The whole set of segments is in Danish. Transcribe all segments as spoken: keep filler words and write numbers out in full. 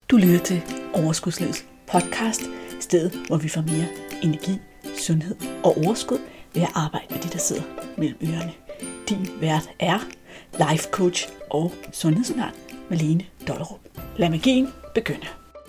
Du lytter til Overskudslivets podcast, stedet hvor vi får mere energi, sundhed og overskud ved at arbejde med de, der sidder mellem ørerne. Din vært er life coach og sundhedsundern Malene Dollerup. Lad magien begynde.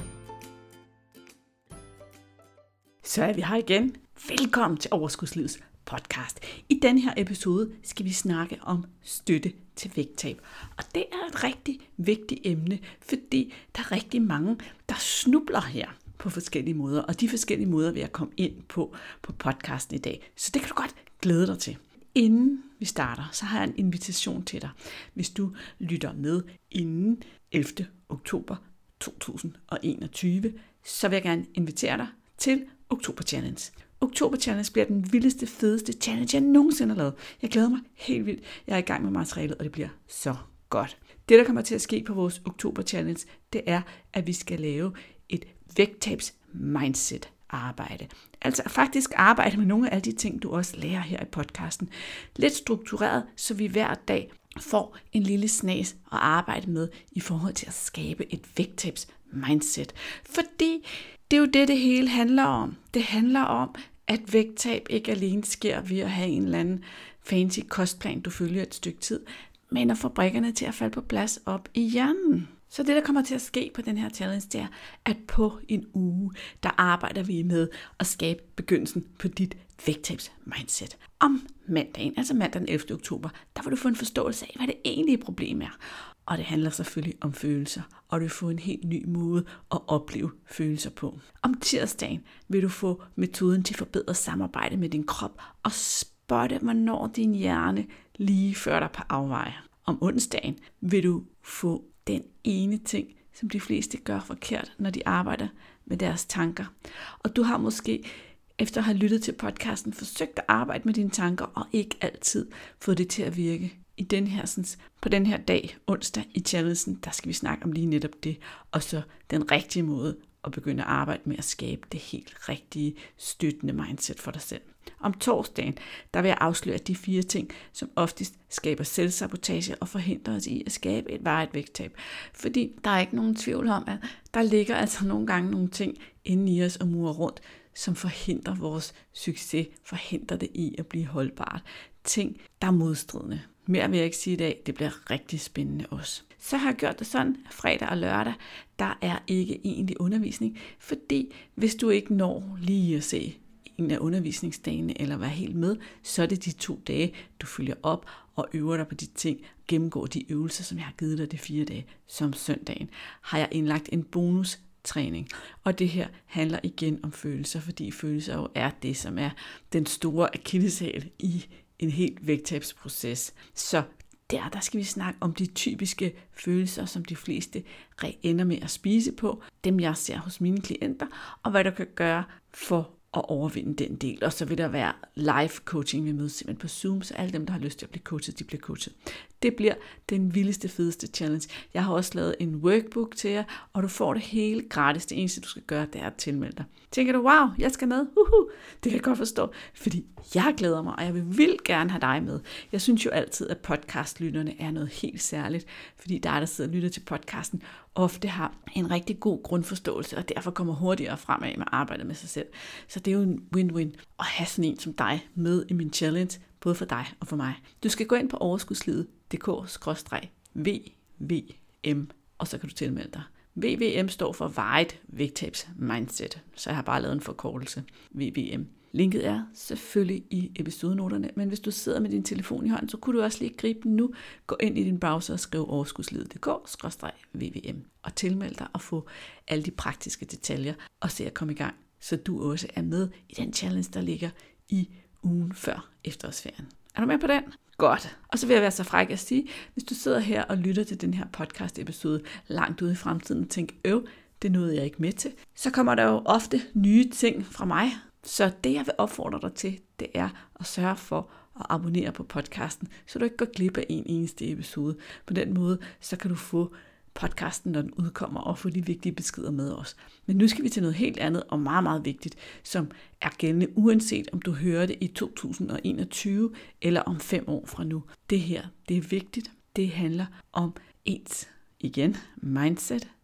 Så er vi her igen. Velkommen til Overskudslivets podcast. I denne her episode skal vi snakke om støtte til vægttab. Og det er et rigtig vigtigt emne, fordi der er rigtig mange, der snubler her på forskellige måder. Og de forskellige måder vil jeg komme ind på på podcasten i dag. Så det kan du godt glæde dig til. Inden vi starter, så har jeg en invitation til dig. Hvis du lytter med inden ellevte oktober to tusind og enogtyve, så vil jeg gerne invitere dig til Oktober Challenge. Oktober Challenge bliver den vildeste, fedeste challenge, jeg nogensinde har lavet. Jeg glæder mig helt vildt. Jeg er i gang med materialet, og det bliver så godt. Det, der kommer til at ske på vores Oktober Challenge, det er, at vi skal lave et vægttabs mindset arbejde. Altså faktisk arbejde med nogle af alle de ting, du også lærer her i podcasten. Lidt struktureret, så vi hver dag får en lille snas at arbejde med i forhold til at skabe et vægttabs mindset. Fordi det er jo det, det hele handler om. Det handler om, at vægttab ikke alene sker ved at have en eller anden fancy kostplan, du følger et stykke tid, men at få brikkerne til at falde på plads op i hjernen. Så det, der kommer til at ske på den her challenge, det er, at på en uge, der arbejder vi med at skabe begyndelsen på dit vægttabs mindset. Om mandagen, altså mandag den ellevte oktober, der vil du få en forståelse af, hvad det egentlige problem er. Og det handler selvfølgelig om følelser, og du vil få en helt ny måde at opleve følelser på. Om tirsdagen vil du få metoden til forbedret samarbejde med din krop og spotte, hvornår din hjerne lige fører dig på afveje. Om onsdagen vil du få den ene ting, som de fleste gør forkert, når de arbejder med deres tanker. Og du har måske efter at have lyttet til podcasten forsøgt at arbejde med dine tanker og ikke altid fået det til at virke. I den her, sådan, på den her dag, onsdag i challengen, der skal vi snakke om lige netop det, og så den rigtige måde at begynde at arbejde med at skabe det helt rigtige, støttende mindset for dig selv. Om torsdagen, der vil jeg afsløre de fire ting, som oftest skaber selvsabotage og forhindrer os i at skabe et varigt vægttab. Fordi der er ikke nogen tvivl om, at der ligger altså nogle gange nogle ting inde i os og murer rundt, som forhindrer vores succes, forhindrer det i at blive holdbart. Ting, der er modstridende. Mere vil jeg ikke sige i dag, det bliver rigtig spændende også. Så har jeg gjort det sådan, fredag og lørdag, der er ikke egentlig undervisning, fordi hvis du ikke når lige at se en af undervisningsdagene eller være helt med, så er det de to dage, du følger op og øver dig på de ting, gennemgår de øvelser, som jeg har givet dig de fire dage. Som søndagen har jeg indlagt en bonus træning. Og det her handler igen om følelser, fordi følelser jo er det, som er den store akilleshæl i en helt vægttabsproces. Så der, der skal vi snakke om de typiske følelser, som de fleste ender med at spise på, dem jeg ser hos mine klienter, og hvad du kan gøre for at overvinde den del. Og så vil der være live coaching, vi mødes simpelthen på Zoom, så alle dem, der har lyst til at blive coachet, de bliver coachet. Det bliver den vildeste, fedeste challenge. Jeg har også lavet en workbook til jer, og du får det hele gratis. Det eneste, du skal gøre, det er at tilmelde dig. Tænker du, wow, jeg skal med? Uhuh. Det kan jeg godt forstå, fordi jeg glæder mig, og jeg vil vildt gerne have dig med. Jeg synes jo altid, at podcastlytterne er noget helt særligt, fordi dig, der sidder og lytter til podcasten, ofte har en rigtig god grundforståelse, og derfor kommer hurtigere fremad med arbejdet med sig selv. Så det er jo en win-win at have sådan en som dig med i min challenge, både for dig og for mig. Du skal gå ind på overskudslivet punktum d k skråstreg v v m, og så kan du tilmelde dig. V V M står for Varigt Vægttabs Mindset, så jeg har bare lavet en forkortelse, V V M. Linket er selvfølgelig i episodenoterne, men hvis du sidder med din telefon i hånden, så kunne du også lige gribe den nu. Gå ind i din browser og skriv overskudslivet punktum d k skråstreg v v m og tilmeld dig og få alle de praktiske detaljer og se at komme i gang, så du også er med i den challenge, der ligger i ugen før efterårsferien. Er du med på den? Godt. Og så vil jeg være så fræk at sige, hvis du sidder her og lytter til den her podcast episode langt ude i fremtiden og tænker, øv, det nåede jeg ikke med til, så kommer der jo ofte nye ting fra mig. Så det jeg vil opfordre dig til, det er at sørge for at abonnere på podcasten, så du ikke går glip af en eneste episode. På den måde, så kan du få podcasten, når den udkommer, og få de vigtige beskeder med os. Men nu skal vi til noget helt andet og meget, meget vigtigt, som er gældende uanset om du hører det i to tusind og enogtyve eller om fem år fra nu. Det her, det er vigtigt. Det handler om ens, igen, mindset.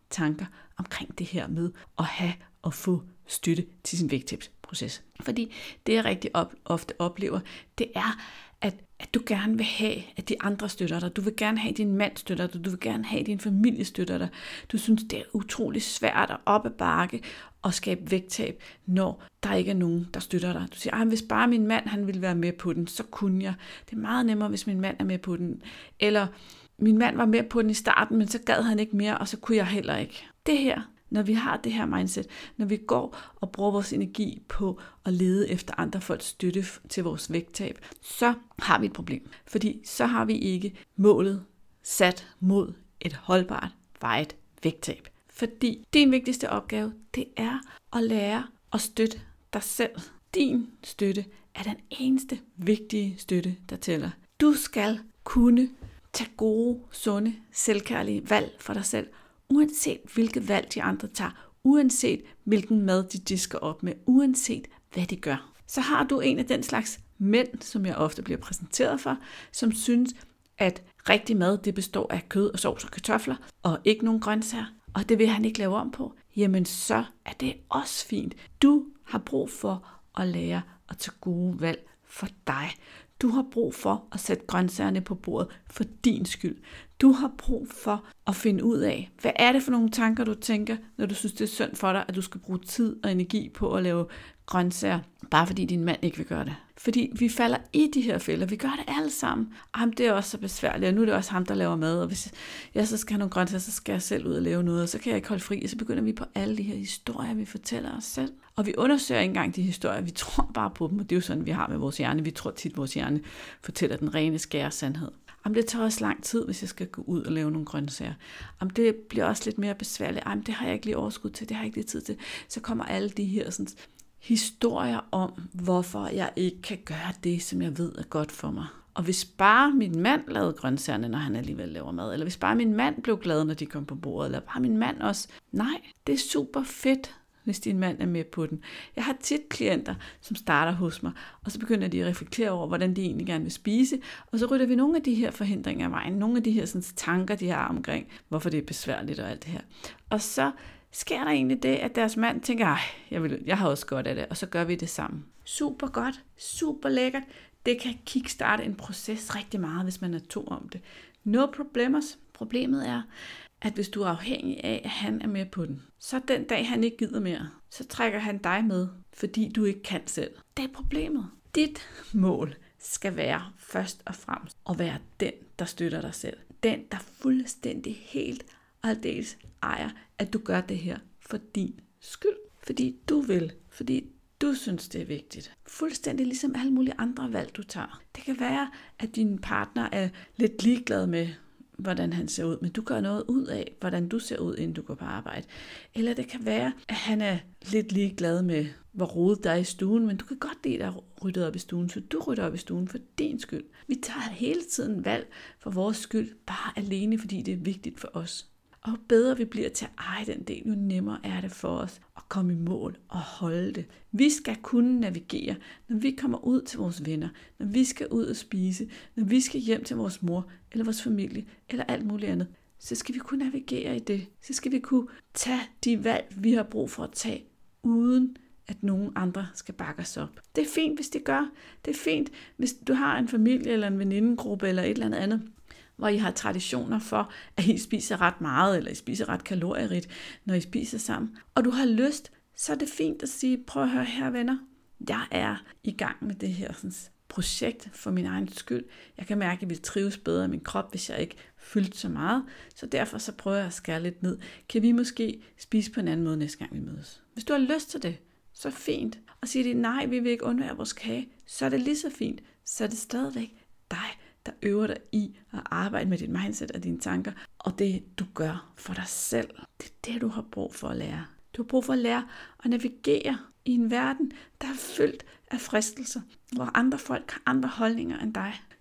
tanker omkring det her med at have og få støtte til sin vægttabsproces. Fordi det, jeg rigtig op, ofte oplever, det er, at, at du gerne vil have, at de andre støtter dig. Du vil gerne have, at din mand støtter dig. Du vil gerne have, at din familie støtter dig. Du synes, det er utrolig svært at op ad bakke og skabe vægttab, når der ikke er nogen, der støtter dig. Du siger, hvis bare min mand han ville være med på den, så kunne jeg. Det er meget nemmere, hvis min mand er med på den. Eller min mand var med på den i starten, men så gad han ikke mere, og så kunne jeg heller ikke. Det her, når vi har det her mindset, når vi går og bruger vores energi på at lede efter andre folks støtte til vores vægttab, så har vi et problem. Fordi så har vi ikke målet sat mod et holdbart, varigt vægttab. Fordi din vigtigste opgave, det er at lære at støtte dig selv. Din støtte er den eneste vigtige støtte, der tæller. Du skal kunne tage gode, sunde, selvkærlige valg for dig selv, uanset hvilke valg de andre tager, uanset hvilken mad de disker op med, uanset hvad de gør. Så har du en af den slags mænd, som jeg ofte bliver præsenteret for, som synes, at rigtig mad det består af kød og sovs og kartofler, og ikke nogen grøntsager, og det vil han ikke lave om på, jamen så er det også fint. Du har brug for at lære at tage gode valg for dig. Du har brug for at sætte grøntsagerne på bordet for din skyld. Du har brug for at finde ud af, hvad er det for nogle tanker, du tænker, når du synes, det er synd for dig, at du skal bruge tid og energi på at lave grøntsager, bare fordi din mand ikke vil gøre det. Fordi vi falder i de her fælder. Vi gør det alle sammen. Jamen, det er også så besværligt, og nu er det også ham, der laver mad, og hvis jeg så skal have nogle grøntsager, så skal jeg selv ud og lave noget, og så kan jeg ikke holde fri, og så begynder vi på alle de her historier, vi fortæller os selv. Og vi undersøger ikke engang de historier, vi tror bare på dem, og det er jo sådan, vi har med vores hjerne. Vi tror tit, at vores hjerne fortæller den rene, skære sandhed. Jamen, det tager også lang tid, hvis jeg skal gå ud og lave nogle grøntsager. Jamen, det bliver også lidt mere besværligt. Jamen, det har jeg ikke lige overskud til, det har jeg ikke lige tid til. Så kommer alle de her sådan, historier om, hvorfor jeg ikke kan gøre det, som jeg ved er godt for mig. Og hvis bare min mand lavede grøntsagerne, når han alligevel laver mad, eller hvis bare min mand blev glad, når de kom på bordet, eller bare min mand også. Nej, det er super fedt, hvis din mand er med på den. Jeg har tit klienter, som starter hos mig, og så begynder de at reflektere over, hvordan de egentlig gerne vil spise, og så rydder vi nogle af de her forhindringer af vejen, nogle af de her sådan, tanker, de har omkring, hvorfor det er besværligt og alt det her. Og så sker der egentlig det, at deres mand tænker, ej, jeg, vil, jeg har også godt af det, og så gør vi det sammen. Super godt, super lækkert. Det kan kickstarte en proces rigtig meget, hvis man er to om det. No problemers. Problemet er, at hvis du er afhængig af, at han er med på den, så den dag, han ikke gider mere, så trækker han dig med, fordi du ikke kan selv. Det er problemet. Dit mål skal være først og fremmest at være den, der støtter dig selv. Den, der fuldstændig helt og aldeles ejer, at du gør det her for din skyld. Fordi du vil. Fordi du synes, det er vigtigt. Fuldstændig ligesom alle mulige andre valg, du tager. Det kan være, at din partner er lidt ligeglad med, hvordan han ser ud, men du gør noget ud af, hvordan du ser ud, inden du går på arbejde. Eller det kan være, at han er lidt ligeglad med, hvor rodet der er i stuen, men du kan godt lide at rydde op i stuen, så du rydder op i stuen for din skyld. Vi tager hele tiden valg for vores skyld, bare alene, fordi det er vigtigt for os. Og jo bedre vi bliver til at eje den del, jo nemmere er det for os at komme i mål og holde det. Vi skal kunne navigere, når vi kommer ud til vores venner, når vi skal ud og spise, når vi skal hjem til vores mor eller vores familie eller alt muligt andet. Så skal vi kunne navigere i det. Så skal vi kunne tage de valg, vi har brug for at tage, uden at nogen andre skal bakke os op. Det er fint, hvis de gør. Det er fint, hvis du har en familie eller en venindegruppe eller et eller andet andet, hvor I har traditioner for, at I spiser ret meget, eller I spiser ret kalorierigt, når I spiser sammen. Og du har lyst, så er det fint at sige, prøv at høre her, venner. Jeg er i gang med det her sådan, projekt for min egen skyld. Jeg kan mærke, at jeg vil trives bedre i min krop, hvis jeg ikke fyldte så meget. Så derfor så prøver jeg at skære lidt ned. Kan vi måske spise på en anden måde næste gang vi mødes? Hvis du har lyst til det, så fint. Og siger de, nej, vi vil ikke undvære vores kage, så er det lige så fint. Så er det stadigvæk dig, der øver dig i at arbejde med dit mindset og dine tanker, og det du gør for dig selv. Det er det, du har brug for at lære. Du har brug for at lære at navigere i en verden, der er fyldt af fristelser, hvor andre folk har andre holdninger end dig.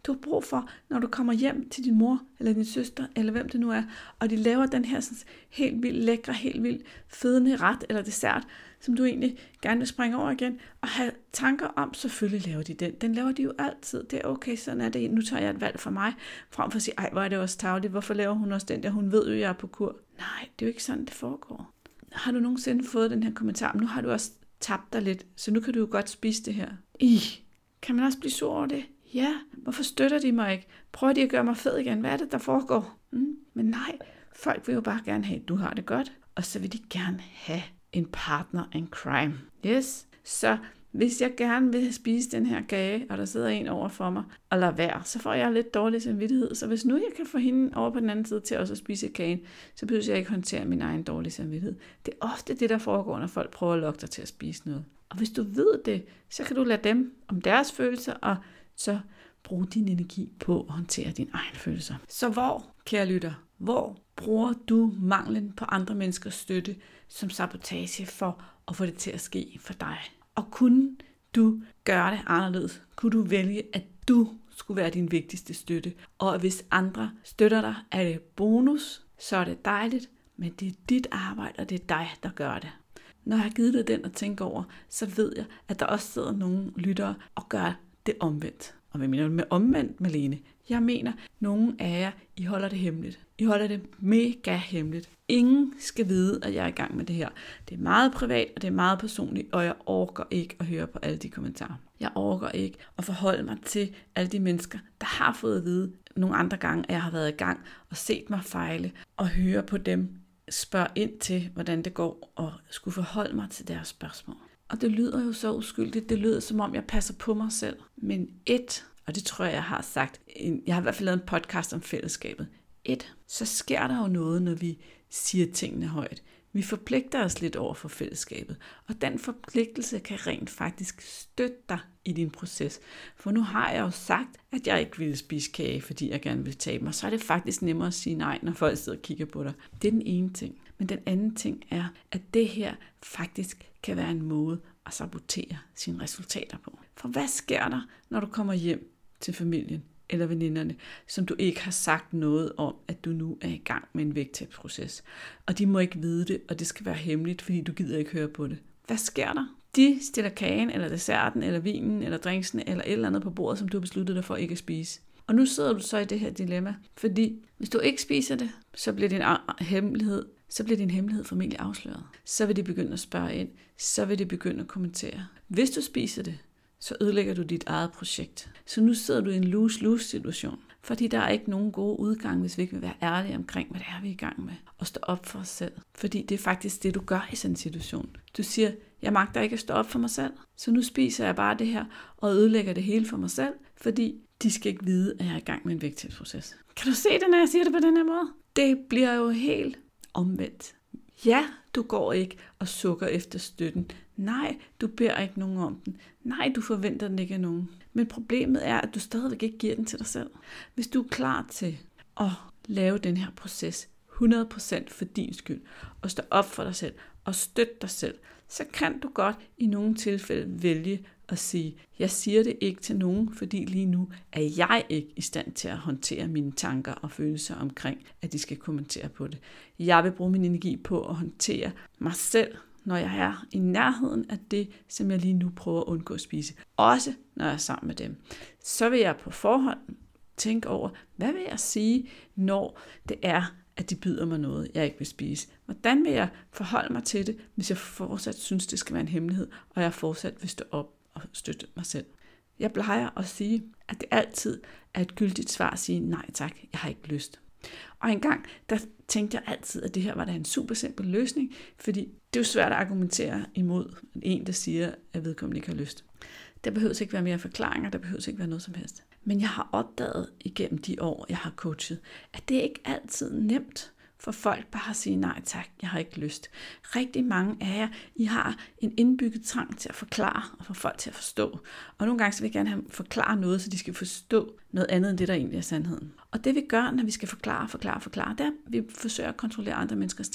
Du har brug for, når du kommer hjem til din mor, eller din søster, eller hvem det nu er, og de laver den her sådan, helt vildt lækre, helt vildt fedende ret eller dessert, som du egentlig gerne vil springe over igen, og have tanker om, selvfølgelig laver de den. Den laver de jo altid. Det er okay, sådan er det. Nu tager jeg et valg for mig, frem for at sige, ej, hvor er det også tarveligt. Hvorfor laver hun også den der? Hun ved jo, jeg er på kur. Nej, det er jo ikke sådan, det foregår. Har du nogensinde fået den her kommentar? Nu har du også tabt dig lidt, så nu kan du jo godt spise det her. I, kan man også blive sur over det? Ja, hvorfor støtter de mig ikke? Prøver de at gøre mig fed igen? Hvad er det, der foregår? Mm. Men nej, folk vil jo bare gerne have, at du har det godt, og så vil de gerne have en partner in crime. Yes, så hvis jeg gerne vil spise den her kage, og der sidder en over for mig, og lader være, så får jeg lidt dårlig samvittighed. Så hvis nu jeg kan få hende over på den anden side til også at spise kagen, så behøver jeg ikke håndtere min egen dårlige samvittighed. Det er ofte det, der foregår, når folk prøver at lokke dig til at spise noget. Og hvis du ved det, så kan du lade dem om deres følelser, og så bruge din energi på at håndtere dine egne følelser. Så hvor, kære lytter, hvor bruger du manglen på andre menneskers støtte som sabotage for at få det til at ske for dig? Og kunne du gøre det anderledes? Kunne du vælge, at du skulle være din vigtigste støtte? Og hvis andre støtter dig, er det bonus, så er det dejligt, men det er dit arbejde, og det er dig, der gør det. Når jeg har givet dig den at tænke over, så ved jeg, at der også sidder nogle lyttere og gør det omvendt. Og hvad mener du med omvendt, Malene? Jeg mener, nogle af jer, I holder det hemmeligt. I holder det mega hemmeligt. Ingen skal vide, at jeg er i gang med det her. Det er meget privat, og det er meget personligt, og jeg orker ikke at høre på alle de kommentarer. Jeg orker ikke at forholde mig til alle de mennesker, der har fået at vide nogle andre gange, at jeg har været i gang og set mig fejle, og høre på dem, spørge ind til, hvordan det går, og skulle forholde mig til deres spørgsmål. Og det lyder jo så uskyldigt. Det lyder som om, jeg passer på mig selv. Men et, og det tror jeg, jeg har sagt, jeg har i hvert fald lavet en podcast om fællesskabet. Et, så sker der jo noget, når vi siger tingene højt. Vi forpligter os lidt over for fællesskabet, og den forpligtelse kan rent faktisk støtte dig i din proces. For nu har jeg jo sagt, at jeg ikke ville spise kage, fordi jeg gerne vil tabe mig. Så er det faktisk nemmere at sige nej, når folk sidder og kigger på dig. Det er den ene ting. Men den anden ting er, at det her faktisk kan være en måde at sabotere sine resultater på. For hvad sker der, når du kommer hjem til familien eller veninderne, som du ikke har sagt noget om, at du nu er i gang med en vægttabsproces? Og de må ikke vide det, og det skal være hemmeligt, fordi du gider ikke høre på det. Hvad sker der? De stiller kagen, eller desserten, eller vinen, eller drinksen, eller et eller andet på bordet, som du har besluttet dig for ikke at spise. Og nu sidder du så i det her dilemma, fordi hvis du ikke spiser det, så bliver din hemmelighed, så bliver din hemmelighed formentlig afsløret. Så vil de begynde at spørge ind, så vil de begynde at kommentere. Hvis du spiser det, så ødelægger du dit eget projekt. Så nu sidder du i en lose-lose situation, fordi der er ikke nogen gode udgang, hvis vi ikke vil være ærlige omkring, hvad det er, vi er i gang med, og stå op for os selv. Fordi det er faktisk det, du gør i sådan en situation. Du siger, jeg magter ikke at stå op for mig selv, så nu spiser jeg bare det her, og ødelægger det hele for mig selv, fordi de skal ikke vide, at jeg er i gang med en vægttabsproces. Kan du se det, når jeg siger det på den her måde? Det bliver jo helt omvendt. Ja, du går ikke og sukker efter støtten. Nej, du beder ikke nogen om den. Nej, du forventer den ikke af nogen. Men problemet er, at du stadigvæk ikke giver den til dig selv. Hvis du er klar til at lave den her proces hundrede procent for din skyld, og stå op for dig selv, og støtte dig selv, så kan du godt i nogle tilfælde vælge at sige, jeg siger det ikke til nogen, fordi lige nu er jeg ikke i stand til at håndtere mine tanker og følelser omkring, at de skal kommentere på det. Jeg vil bruge min energi på at håndtere mig selv, når jeg er i nærheden af det, som jeg lige nu prøver at undgå at spise. Også når jeg er sammen med dem. Så vil jeg på forhånd tænke over, hvad vil jeg sige, når det er, at de byder mig noget, jeg ikke vil spise. Hvordan vil jeg forholde mig til det, hvis jeg fortsat synes, det skal være en hemmelighed, og jeg fortsat vil stå op og støtte mig selv. Jeg plejer at sige, at det altid er et gyldigt svar at sige, nej tak, jeg har ikke lyst. Og engang, der tænkte jeg altid, at det her var da en super simpel løsning, fordi det er jo svært at argumentere imod en, der siger, at vedkommende ikke har lyst. Der behøver ikke være mere forklaringer, der behøver ikke være noget som helst. Men jeg har opdaget igennem de år, jeg har coachet, at det ikke altid er nemt for folk bare at sige nej tak, jeg har ikke lyst. Rigtig mange af jer, I har en indbygget trang til at forklare og få folk til at forstå. Og nogle gange så vil jeg gerne have forklare noget, så de skal forstå noget andet end det, der egentlig er sandheden. Og det vi gør, når vi skal forklare, forklare, forklare, det er, at vi forsøger at kontrollere andre menneskers tanker.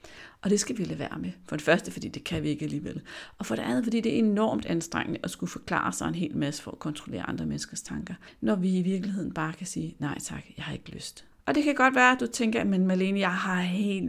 Og det skal vi lade være med. For det første, fordi det kan vi ikke alligevel. Og for det andet, fordi det er enormt anstrengende at skulle forklare sig en hel masse for at kontrollere andre menneskers tanker. Når vi i virkeligheden bare kan sige, nej tak, jeg har ikke lyst. Og det kan godt være, at du tænker, men Malene, jeg har helt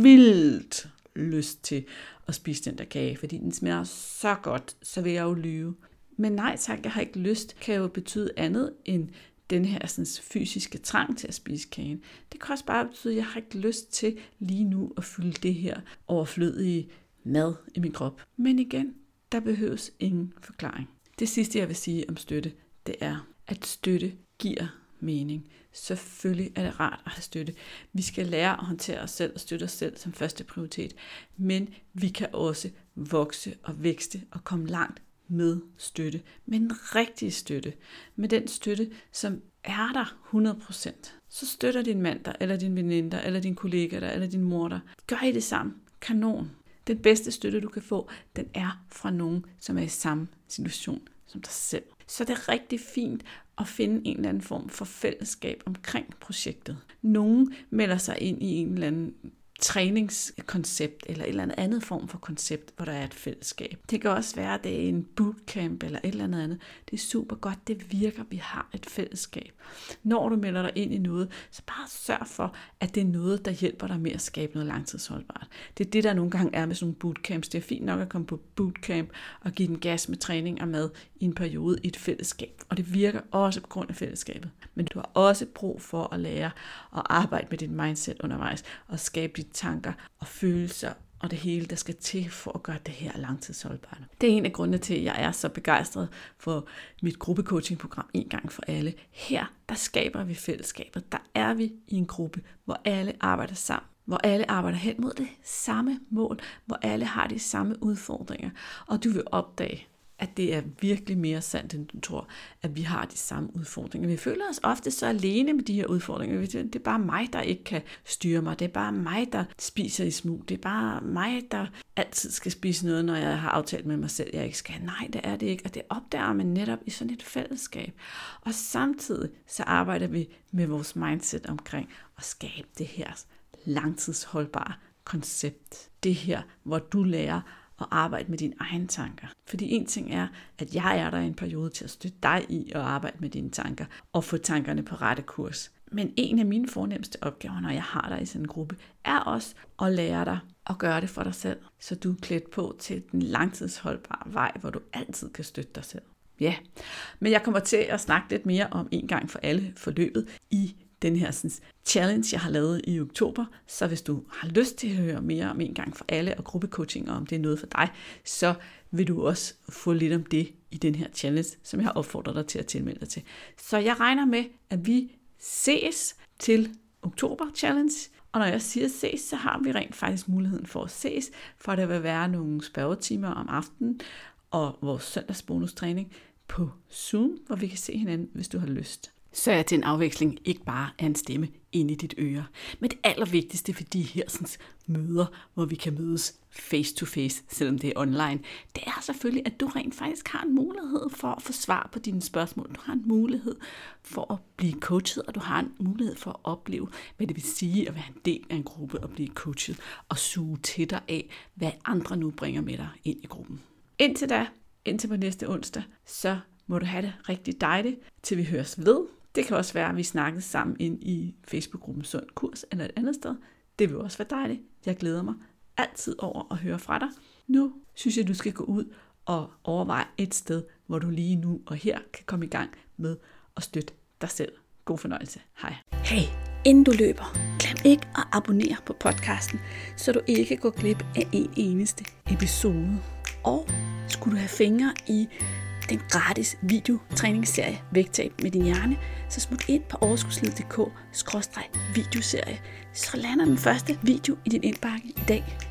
vildt lyst til at spise den der kage, fordi den smager så godt, så vil jeg jo lyve. Men nej tak, jeg har ikke lyst, kan jo betyde andet end den her sådan, fysiske trang til at spise kagen. Det kan også bare betyde, at jeg har ikke lyst til lige nu at fylde det her overflødige mad i min krop. Men igen, der behøves ingen forklaring. Det sidste, jeg vil sige om støtte, det er, at støtte giver mening. Selvfølgelig er det rart at have støtte. Vi skal lære at håndtere os selv og støtte os selv som første prioritet. Men vi kan også vokse og vækste og komme langt med støtte. Med den rigtige støtte. Med den støtte, som er der hundrede procent. Så støtter din mand dig, eller din veninde dig, eller din kollega dig, eller din mor dig. Gør I det sammen. Kanon. Den bedste støtte, du kan få, den er fra nogen, som er i samme situation som dig selv. Så det er rigtig fint at finde en eller anden form for fællesskab omkring projektet. Nogen melder sig ind i en eller anden træningskoncept eller et eller andet andet form for koncept, hvor der er et fællesskab. Det kan også være, at det er en bootcamp eller et eller andet andet. Det er super godt, det virker, vi har et fællesskab. Når du melder dig ind i noget, så bare sørg for, at det er noget, der hjælper dig med at skabe noget langtidsholdbart. Det er det, der nogle gange er med sådan nogle bootcamps. Det er fint nok at komme på bootcamp og give den gas med træning og mad i en periode i et fællesskab. Og det virker også på grund af fællesskabet. Men du har også brug for at lære at arbejde med dit mindset undervejs og skabe dit tanker og følelser og det hele, der skal til for at gøre det her langtidsholdbart. Det er en af grundene til, at jeg er så begejstret for mit gruppecoachingprogram En Gang for Alle. Her, der skaber vi fællesskabet. Der er vi i en gruppe, hvor alle arbejder sammen. Hvor alle arbejder hen mod det samme mål. Hvor alle har de samme udfordringer. Og du vil opdage, at det er virkelig mere sandt, end du tror, at vi har de samme udfordringer. Vi føler os ofte så alene med de her udfordringer. Det er bare mig, der ikke kan styre mig. Det er bare mig, der spiser i smug. Det er bare mig, der altid skal spise noget, når jeg har aftalt med mig selv, jeg ikke skal. Nej, det er det ikke. Og det opdager man netop i sådan et fællesskab. Og samtidig så arbejder vi med vores mindset omkring at skabe det her langtidsholdbare koncept. Det her, hvor du lærer og arbejde med dine egne tanker. Fordi en ting er, at jeg er der i en periode til at støtte dig i at arbejde med dine tanker og få tankerne på rette kurs. Men en af mine fornemmeste opgaver, når jeg har dig i sådan en gruppe, er også at lære dig at gøre det for dig selv, så du er klædt på til den langtidsholdbare vej, hvor du altid kan støtte dig selv. Ja, men jeg kommer til at snakke lidt mere om En Gang for Alle forløbet i den her sådan, challenge, jeg har lavet i oktober. Så hvis du har lyst til at høre mere om En Gang for Alle og gruppecoaching, og om det er noget for dig, så vil du også få lidt om det i den her challenge, som jeg har opfordret dig til at tilmelde dig til. Så jeg regner med, at vi ses til oktober challenge. Og når jeg siger ses, så har vi rent faktisk muligheden for at ses, for der vil være nogle spørgetimer om aftenen og vores søndagsbonustræning på Zoom, hvor vi kan se hinanden, hvis du har lyst. Så er til en afveksling ikke bare er en stemme inde i dit øre. Men det allervigtigste for de her sådan, møder, hvor vi kan mødes face to face, selvom det er online, det er selvfølgelig, at du rent faktisk har en mulighed for at få svar på dine spørgsmål. Du har en mulighed for at blive coachet, og du har en mulighed for at opleve, hvad det vil sige at være en del af en gruppe og blive coachet, og suge til dig af, hvad andre nu bringer med dig ind i gruppen. Indtil da, indtil på næste onsdag, så må du have det rigtig dejligt, til vi høres ved. Det kan også være, at vi snakkes sammen ind i Facebook-gruppen Sund Kurs eller et andet sted. Det vil også være dejligt. Jeg glæder mig altid over at høre fra dig. Nu synes jeg, du skal gå ud og overveje et sted, hvor du lige nu og her kan komme i gang med at støtte dig selv. God fornøjelse. Hej. Hey, inden du løber, glem ikke at abonnere på podcasten, så du ikke går glip af en eneste episode. Og skulle du have fingre i den gratis videotræningsserie Vægtab med din hjerne, så smut ind på overskudslivet punktum d k skråstreg videoserie, så lander den første video i din indbakke i dag.